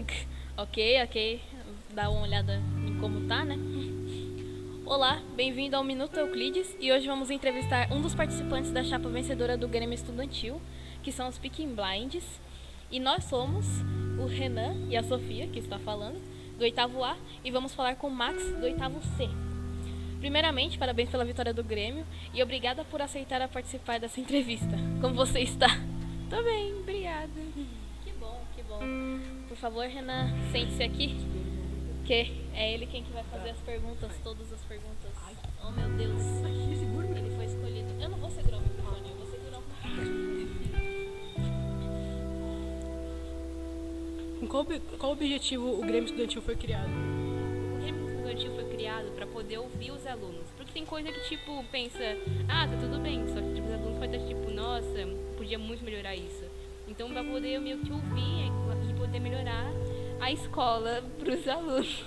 Ok. Dá uma olhada em como tá, né? Olá, bem-vindo ao Minuto Euclides e hoje vamos entrevistar um dos participantes da chapa vencedora do Grêmio Estudantil, que são os Peaky Blinds. E nós somos o Renan e a Sofia, que está falando, do oitavo A, e vamos falar com o Max, do oitavo C. Primeiramente, parabéns pela vitória do Grêmio e obrigada por aceitar participar dessa entrevista. Como você está? Tô bem, obrigada. Que bom. Por favor, Renan, sente-se aqui, que é ele quem que vai fazer as perguntas, todas as perguntas. Oh, meu Deus. Ele foi escolhido. Eu não vou segurar o microfone, eu vou segurar o microfone. Com qual objetivo o Grêmio Estudantil foi criado? O Grêmio Estudantil foi criado para poder ouvir os alunos. Porque tem coisa que, tipo, pensa, tá tudo bem. Só que tipo, os alunos podem estar, tipo, nossa, podia muito melhorar isso. Então, para poder meio que ouvir e poder melhorar a escola para os alunos.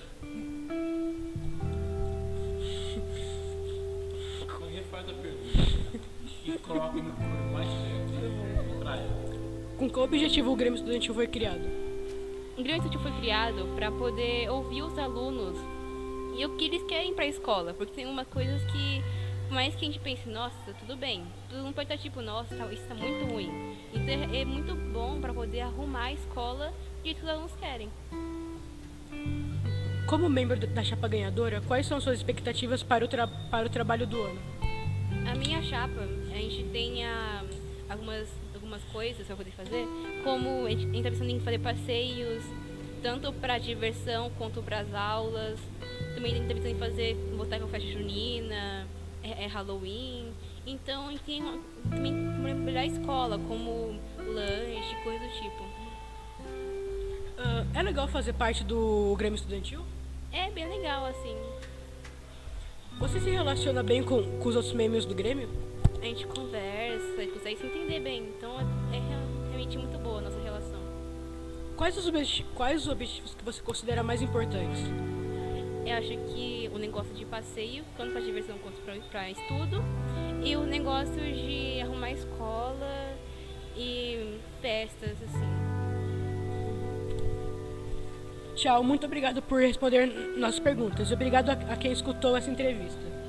Alguém faz a pergunta e coloca no microfone mais perto pra ela. Com qual objetivo o Grêmio Estudantil foi criado? O Grêmio Estudantil foi criado para poder ouvir os alunos e o que eles querem para a escola. Porque tem umas coisas que, por mais que a gente pense, nossa, tudo bem. Todo mundo pode estar tipo, nossa, isso está muito ruim. Então é muito bom para poder arrumar a escola do jeito que os alunos querem. Como membro da chapa ganhadora, quais são suas expectativas para o trabalho do ano? A minha chapa, a gente tem algumas coisas para poder fazer, como a gente está pensando em fazer passeios, tanto para diversão quanto para as aulas. Também está pensando em botar com festa junina, Halloween. Então a gente tem também melhorar a escola, como lanche, coisa do tipo. É legal fazer parte do Grêmio Estudantil? É bem legal, assim. Você se relaciona bem com os outros membros do Grêmio? A gente conversa e consegue se entender bem. Então é realmente muito boa a nossa relação. Quais os objetivos que você considera mais importantes? Eu acho que o negócio de passeio, tanto para diversão quanto para estudo, e o negócio de arrumar escola e festas, assim. Tchau, muito obrigado por responder nossas perguntas. Obrigado a quem escutou essa entrevista.